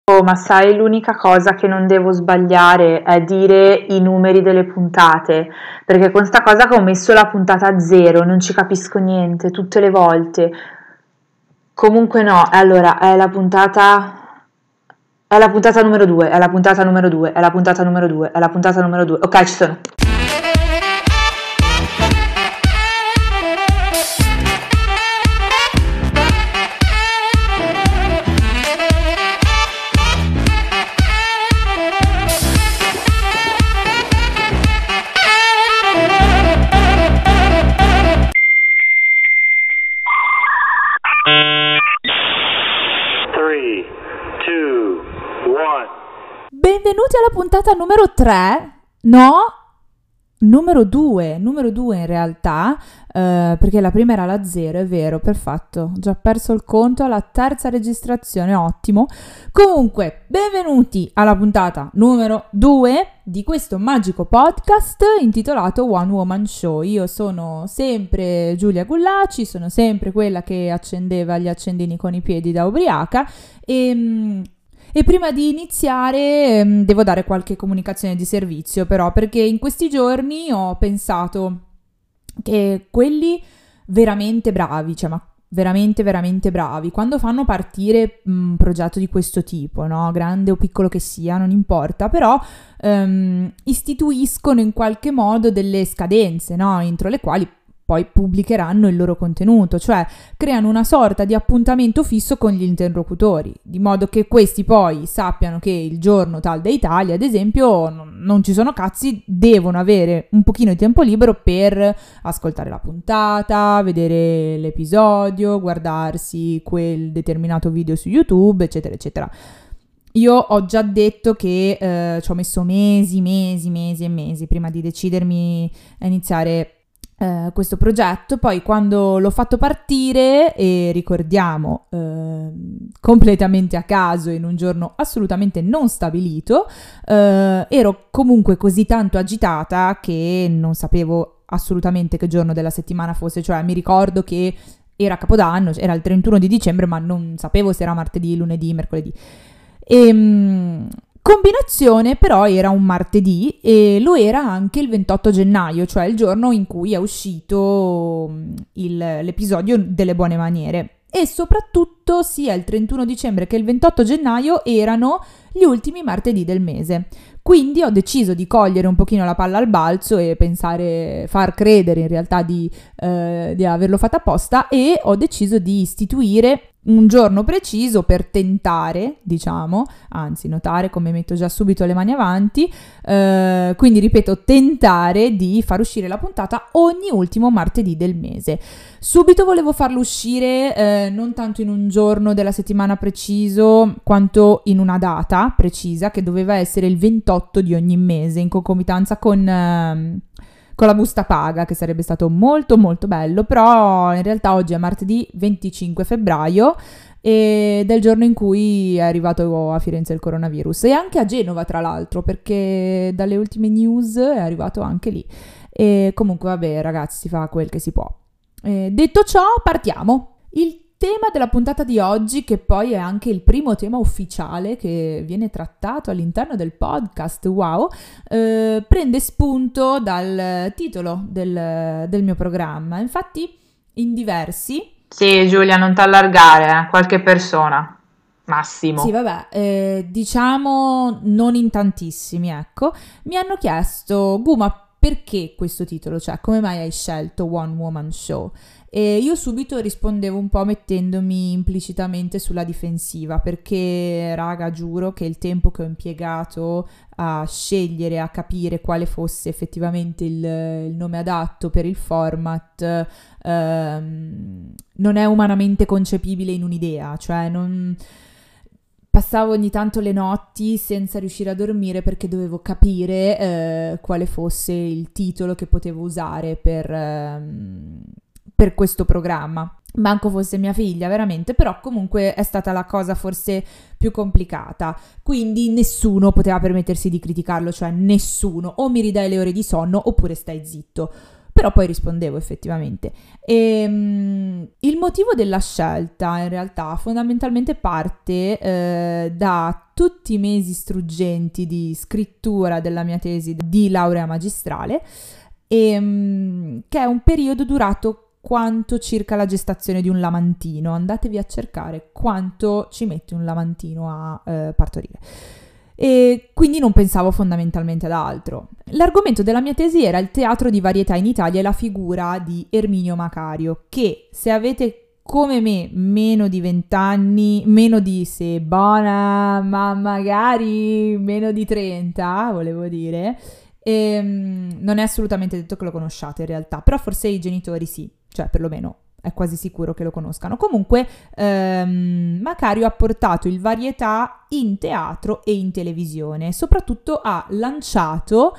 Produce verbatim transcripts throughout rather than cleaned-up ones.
Oh, ma sai, l'unica cosa che non devo sbagliare è dire i numeri delle puntate, perché con sta cosa che ho messo la puntata zero, non ci capisco niente, tutte le volte. Comunque no, allora, è la puntata... È la puntata numero due, è la puntata numero due, è la puntata numero due, è la puntata numero due. Ok, ci sono. Benvenuti alla puntata numero tre, no, numero due, numero due in realtà, eh, perché la prima era la zero, è vero, perfetto, ho già perso il conto, alla terza registrazione, ottimo. Comunque, benvenuti alla puntata numero due di questo magico podcast intitolato One Woman Show. Io sono sempre Giulia Gullaci, sono sempre quella che accendeva gli accendini con i piedi da ubriaca e... E prima di iniziare ehm, devo dare qualche comunicazione di servizio però, perché in questi giorni ho pensato che quelli veramente bravi, cioè ma veramente veramente bravi, quando fanno partire un progetto di questo tipo, no? Grande o piccolo che sia, non importa, però ehm, istituiscono in qualche modo delle scadenze, no? Entro le quali poi pubblicheranno il loro contenuto, cioè creano una sorta di appuntamento fisso con gli interlocutori, di modo che questi poi sappiano che il giorno tal dei tali, ad esempio, non, non ci sono cazzi, devono avere un pochino di tempo libero per ascoltare la puntata, vedere l'episodio, guardarsi quel determinato video su YouTube, eccetera, eccetera. Io ho già detto che eh, ci ho messo mesi, mesi, mesi e mesi prima di decidermi a iniziare Uh, questo progetto. Poi quando l'ho fatto partire, e ricordiamo uh, completamente a caso in un giorno assolutamente non stabilito, uh, ero comunque così tanto agitata che non sapevo assolutamente che giorno della settimana fosse, cioè mi ricordo che era Capodanno, era il trentuno di dicembre, ma non sapevo se era martedì, lunedì, mercoledì. E um, combinazione però era un martedì e lo era anche il ventotto gennaio, cioè il giorno in cui è uscito il, l'episodio delle buone maniere, e soprattutto sia il trentuno dicembre che il ventotto gennaio erano gli ultimi martedì del mese. Quindi ho deciso di cogliere un pochino la palla al balzo e pensare, far credere in realtà di, eh, di averlo fatto apposta, e ho deciso di istituire un giorno preciso per tentare, diciamo, anzi notare come metto già subito le mani avanti, eh, quindi ripeto, tentare di far uscire la puntata ogni ultimo martedì del mese. Subito volevo farlo uscire eh, non tanto in un giorno della settimana preciso, quanto in una data precisa che doveva essere il ventotto di ogni mese, in concomitanza con... Eh, con la busta paga, che sarebbe stato molto molto bello, però in realtà oggi è martedì venticinque febbraio ed è il giorno in cui è arrivato a Firenze il coronavirus, e anche a Genova tra l'altro, perché dalle ultime news è arrivato anche lì. E comunque vabbè ragazzi, si fa quel che si può. E detto ciò, partiamo. Il tema della puntata di oggi, che poi è anche il primo tema ufficiale che viene trattato all'interno del podcast, wow, eh, prende spunto dal titolo del, del mio programma. Infatti in diversi... Sì Giulia, non t'allargare, eh? Qualche persona, massimo. Sì vabbè, eh, diciamo non in tantissimi, ecco, mi hanno chiesto: Guma, perché questo titolo? Cioè, come mai hai scelto One Woman Show? E io subito rispondevo un po' mettendomi implicitamente sulla difensiva, perché raga, giuro che il tempo che ho impiegato a scegliere, a capire quale fosse effettivamente il, il nome adatto per il format ehm, non è umanamente concepibile in un'idea, cioè non... Passavo ogni tanto le notti senza riuscire a dormire perché dovevo capire eh, quale fosse il titolo che potevo usare per, ehm, per questo programma. Manco fosse mia figlia, veramente, però comunque è stata la cosa forse più complicata. Quindi nessuno poteva permettersi di criticarlo, cioè nessuno. O mi ridai le ore di sonno oppure stai zitto. però poi rispondevo effettivamente. E, um, il motivo della scelta in realtà fondamentalmente parte eh, da tutti i mesi struggenti di scrittura della mia tesi di laurea magistrale, e, um, che è un periodo durato quanto circa la gestazione di un lamantino. Andatevi a cercare quanto ci mette un lamantino a eh, partorire. E quindi non pensavo fondamentalmente ad altro. L'argomento della mia tesi era il teatro di varietà in Italia e la figura di Erminio Macario, che se avete come me meno di vent'anni, meno di se buona, ma magari meno di trenta, volevo dire, ehm, non è assolutamente detto che lo conosciate in realtà, però forse i genitori sì, cioè perlomeno è quasi sicuro che lo conoscano. Comunque ehm, Macario ha portato il varietà in teatro e in televisione, soprattutto ha lanciato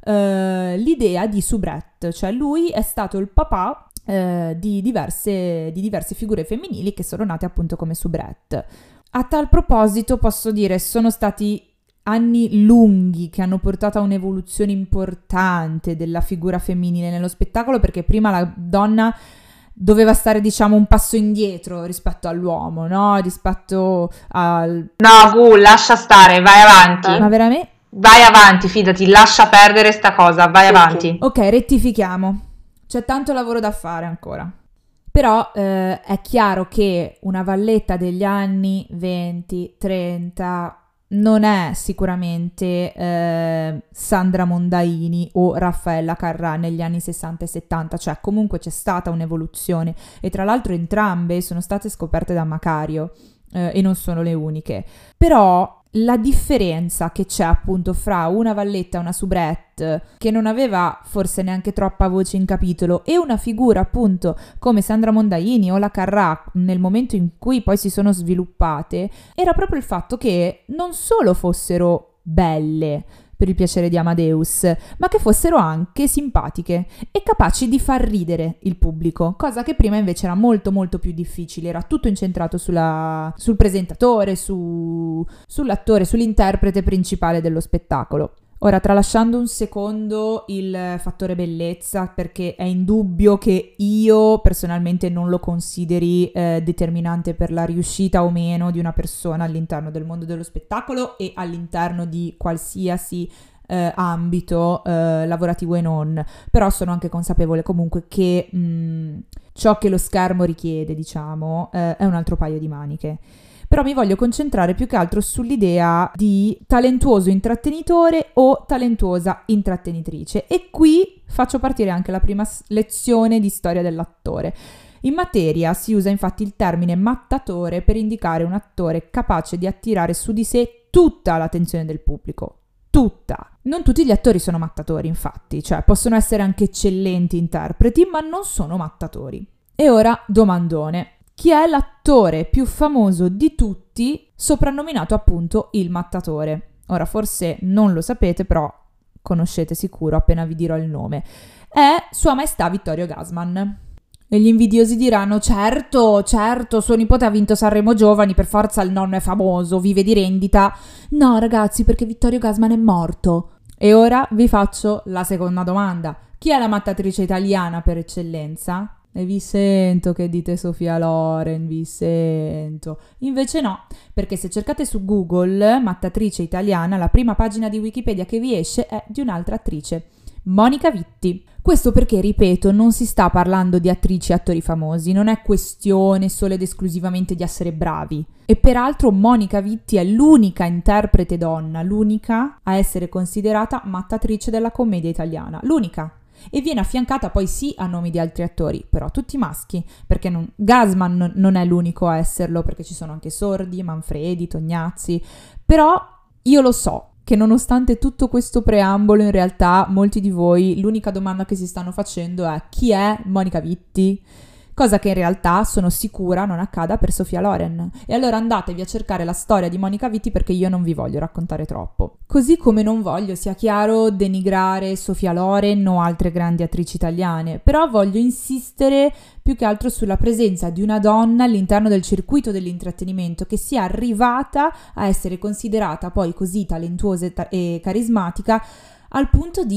eh, l'idea di soubrette, cioè lui è stato il papà eh, di, diverse, di diverse figure femminili che sono nate appunto come soubrette. A tal proposito posso dire, sono stati anni lunghi che hanno portato a un'evoluzione importante della figura femminile nello spettacolo, perché prima la donna doveva stare, diciamo, un passo indietro rispetto all'uomo, no? Rispetto al... No, Gu, lascia stare, vai avanti. Ma veramente? Vai avanti, fidati, lascia perdere sta cosa, vai Sì, avanti. sì. Ok, rettifichiamo. C'è tanto lavoro da fare ancora. Però eh, è chiaro che una valletta degli anni venti, trenta non è sicuramente eh, Sandra Mondaini o Raffaella Carrà negli anni sessanta e settanta, cioè comunque c'è stata un'evoluzione, e tra l'altro entrambe sono state scoperte da Macario eh, e non sono le uniche. Però la differenza che c'è appunto fra una valletta e una soubrette, che non aveva forse neanche troppa voce in capitolo, e una figura appunto come Sandra Mondaini o la Carrà nel momento in cui poi si sono sviluppate, era proprio il fatto che non solo fossero belle per il piacere di Amadeus, ma che fossero anche simpatiche e capaci di far ridere il pubblico, cosa che prima invece era molto molto più difficile, era tutto incentrato sulla, sul presentatore, su, sull'attore, sull'interprete principale dello spettacolo. Ora, tralasciando un secondo il fattore bellezza, perché è indubbio che io personalmente non lo consideri eh, determinante per la riuscita o meno di una persona all'interno del mondo dello spettacolo e all'interno di qualsiasi eh, ambito eh, lavorativo e non, però sono anche consapevole comunque che mh, ciò che lo schermo richiede, diciamo, eh, è un altro paio di maniche. Però mi voglio concentrare più che altro sull'idea di talentuoso intrattenitore o talentuosa intrattenitrice. E qui faccio partire anche la prima lezione di storia dell'attore. In materia si usa infatti il termine mattatore per indicare un attore capace di attirare su di sé tutta l'attenzione del pubblico. Tutta. Non tutti gli attori sono mattatori, infatti, cioè possono essere anche eccellenti interpreti, ma non sono mattatori. E ora domandone. Chi è l'attore più famoso di tutti, soprannominato appunto il mattatore? Ora, forse non lo sapete, però conoscete sicuro appena vi dirò il nome. È Sua Maestà Vittorio Gassman. E gli invidiosi diranno: certo, certo, suo nipote ha vinto Sanremo Giovani, per forza il nonno è famoso, vive di rendita. No, ragazzi, perché Vittorio Gassman è morto. E ora vi faccio la seconda domanda. Chi è la mattatrice italiana per eccellenza? E vi sento che dite Sofia Loren, vi sento. Invece no, perché se cercate su Google mattatrice italiana, la prima pagina di Wikipedia che vi esce è di un'altra attrice, Monica Vitti. Questo perché, ripeto, non si sta parlando di attrici e attori famosi, non è questione solo ed esclusivamente di essere bravi. E peraltro Monica Vitti è l'unica interprete donna, l'unica a essere considerata mattatrice della commedia italiana, l'unica. E viene affiancata poi sì a nomi di altri attori, però tutti maschi, perché non, Gassman non è l'unico a esserlo, perché ci sono anche Sordi, Manfredi, Tognazzi, però io lo so che nonostante tutto questo preambolo, in realtà molti di voi l'unica domanda che si stanno facendo è: chi è Monica Vitti? Cosa che in realtà sono sicura non accada per Sofia Loren. E allora andatevi a cercare la storia di Monica Vitti, perché io non vi voglio raccontare troppo. Così come non voglio, sia chiaro, denigrare Sofia Loren o altre grandi attrici italiane, però voglio insistere più che altro sulla presenza di una donna all'interno del circuito dell'intrattenimento che sia arrivata a essere considerata poi così talentuosa e, ta- e carismatica al punto di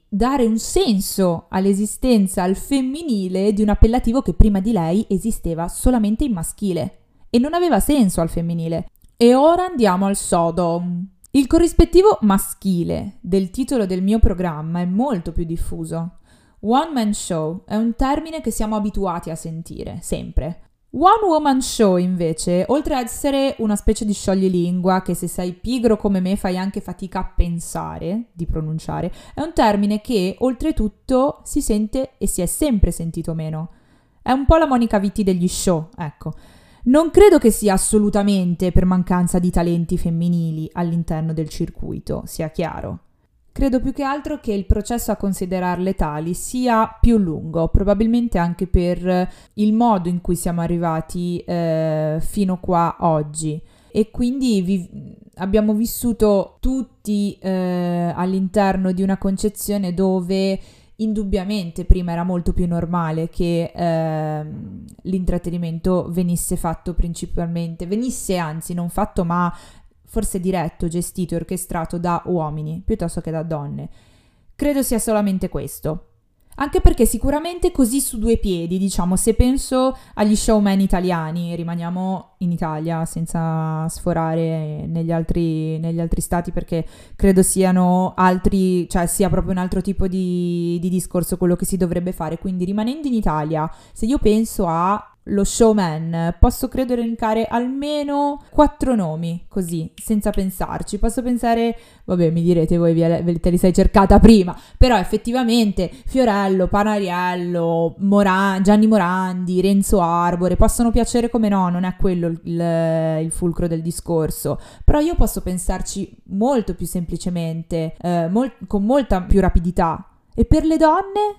dare un senso all'esistenza al femminile di un appellativo che prima di lei esisteva solamente in maschile e non aveva senso al femminile. E ora andiamo al sodo. Il corrispettivo maschile del titolo del mio programma è molto più diffuso. One man show è un termine che siamo abituati a sentire, sempre. One woman show invece, oltre ad essere una specie di scioglilingua che se sei pigro come me fai anche fatica a pensare, di pronunciare, è un termine che oltretutto si sente e si è sempre sentito meno. È un po' la Monica Vitti degli show, ecco. Non credo che sia assolutamente per mancanza di talenti femminili all'interno del circuito, sia chiaro. Credo più che altro che il processo a considerarle tali sia più lungo, probabilmente anche per il modo in cui siamo arrivati eh, fino qua oggi. E quindi vi- abbiamo vissuto tutti eh, all'interno di una concezione dove indubbiamente prima era molto più normale che eh, l'intrattenimento venisse fatto principalmente, venisse anzi non fatto ma forse diretto, gestito e orchestrato da uomini piuttosto che da donne. Credo sia solamente questo. Anche perché sicuramente così su due piedi, diciamo, se penso agli showman italiani, rimaniamo in Italia senza sforare negli altri, negli altri stati perché credo siano altri, cioè sia proprio un altro tipo di, di discorso quello che si dovrebbe fare. Quindi rimanendo in Italia, se io penso a lo showman, posso credo elencare almeno quattro nomi, così, senza pensarci. Posso pensare, vabbè, mi direte voi, ve te li sei cercata prima, però effettivamente Fiorello, Panariello, Moran, Gianni Morandi, Renzo Arbore, possono piacere come no, non è quello il, il, il fulcro del discorso, però io posso pensarci molto più semplicemente, eh, mol- con molta più rapidità. E per le donne?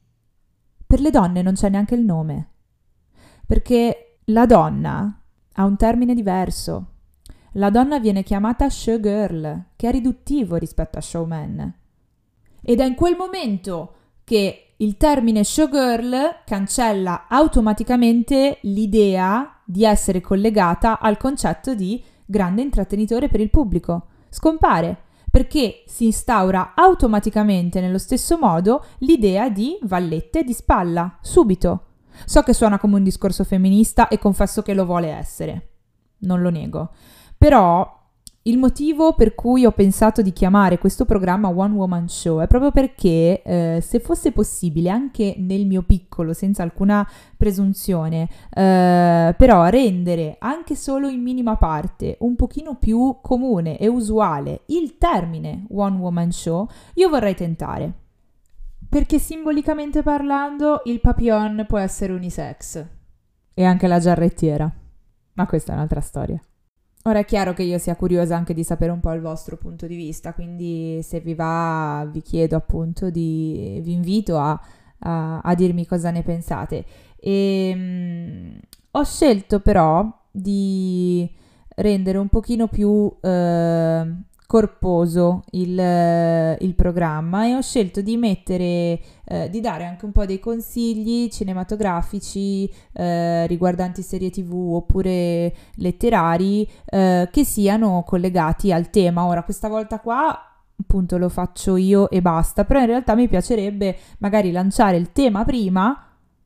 Per le donne non c'è neanche il nome. Perché la donna ha un termine diverso. La donna viene chiamata showgirl, che è riduttivo rispetto a showman. Ed è in quel momento che il termine showgirl cancella automaticamente l'idea di essere collegata al concetto di grande intrattenitore per il pubblico. Scompare, perché si instaura automaticamente nello stesso modo l'idea di vallette di spalla, subito. So che suona come un discorso femminista e confesso che lo vuole essere, non lo nego, però il motivo per cui ho pensato di chiamare questo programma One Woman Show è proprio perché eh, se fosse possibile anche nel mio piccolo, senza alcuna presunzione, eh, però rendere anche solo in minima parte un pochino più comune e usuale il termine One Woman Show, io vorrei tentare. Perché simbolicamente parlando il papillon può essere unisex. E anche la giarrettiera. Ma questa è un'altra storia. Ora è chiaro che io sia curiosa anche di sapere un po' il vostro punto di vista, quindi se vi va vi chiedo appunto di... vi invito a, a, a dirmi cosa ne pensate. E, mh, ho scelto però di rendere un pochino più... Eh, corposo il, il programma e ho scelto di mettere, eh, di dare anche un po' dei consigli cinematografici eh, riguardanti serie tv oppure letterari eh, che siano collegati al tema. Ora, questa volta qua appunto lo faccio io e basta, però in realtà mi piacerebbe magari lanciare il tema prima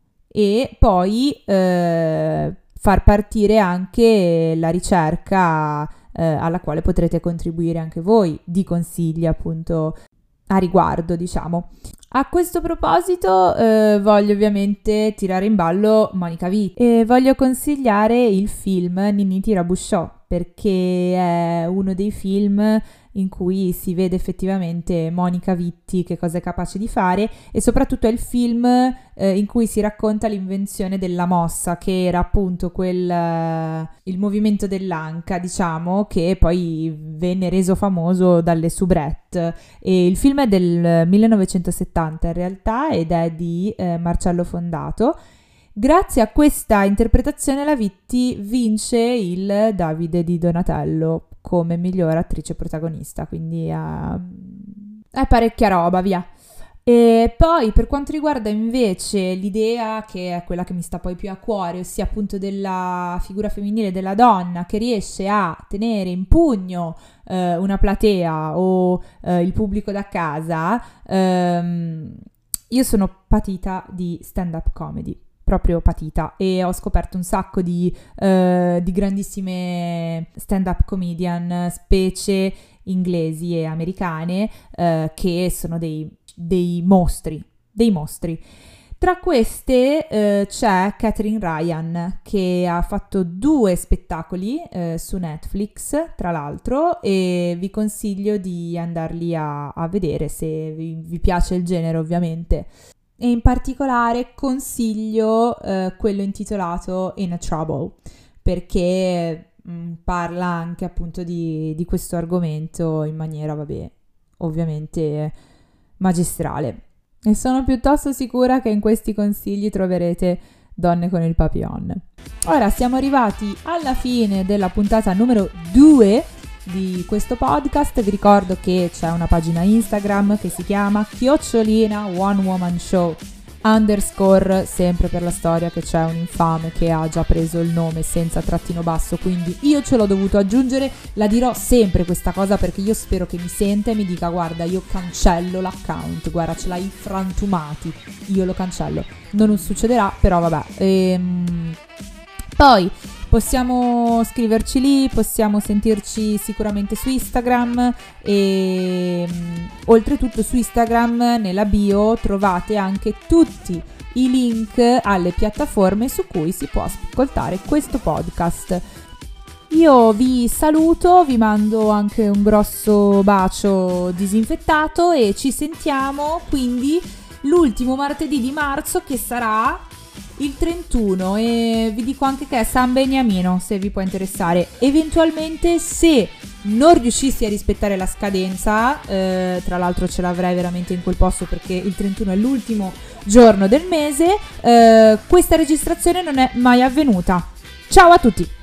e poi eh, far partire anche la ricerca Eh, alla quale potrete contribuire anche voi di consigli appunto a riguardo, diciamo. A questo proposito eh, voglio ovviamente tirare in ballo Monica Vitti e voglio consigliare il film Ninì Tirabusciò perché è uno dei film in cui si vede effettivamente Monica Vitti che cosa è capace di fare e soprattutto è il film eh, in cui si racconta l'invenzione della mossa che era appunto quel uh, il movimento dell'anca, diciamo, che poi venne reso famoso dalle soubrette. E il film è del millenovecentosettanta in realtà ed è di eh, Marcello Fondato. Grazie a questa interpretazione la Vitti vince il Davide di Donatello come miglior attrice protagonista, quindi uh, è parecchia roba, via. E poi per quanto riguarda invece l'idea, che è quella che mi sta poi più a cuore, ossia appunto della figura femminile della donna che riesce a tenere in pugno eh, una platea o eh, il pubblico da casa, ehm, io sono patita di stand-up comedy, proprio patita, e ho scoperto un sacco di, eh, di grandissime stand-up comedian, specie inglesi e americane, eh, che sono dei dei mostri, dei mostri. Tra queste eh, c'è Catherine Ryan, che ha fatto due spettacoli eh, su Netflix, tra l'altro, e vi consiglio di andarli a, a vedere se vi, vi piace il genere, ovviamente. E in particolare consiglio eh, quello intitolato In a Trouble, perché mh, parla anche appunto di, di questo argomento in maniera, vabbè, ovviamente magistrale. E sono piuttosto sicura che in questi consigli troverete donne con il papillon. Ora siamo arrivati alla fine della puntata numero due di questo podcast. Vi ricordo che c'è una pagina Instagram che si chiama chiocciolina One Woman Show underscore, sempre per la storia che c'è un infame che ha già preso il nome senza trattino basso, quindi io ce l'ho dovuto aggiungere. La dirò sempre questa cosa perché io spero che mi senta e mi dica: guarda, io cancello l'account, guarda, ce l'hai frantumati, io lo cancello. Non succederà, però vabbè. Ehm, poi possiamo scriverci lì, possiamo sentirci sicuramente su Instagram e mh, oltretutto su Instagram nella bio trovate anche tutti i link alle piattaforme su cui si può ascoltare questo podcast. Io vi saluto, vi mando anche un grosso bacio disinfettato e ci sentiamo quindi l'ultimo martedì di marzo, che sarà il trentuno, e vi dico anche che è San Beniamino, se vi può interessare. Eventualmente, se non riuscissi a rispettare la scadenza, eh, tra l'altro ce l'avrei veramente in quel posto perché il trentuno è l'ultimo giorno del mese, eh, questa registrazione non è mai avvenuta. Ciao a tutti!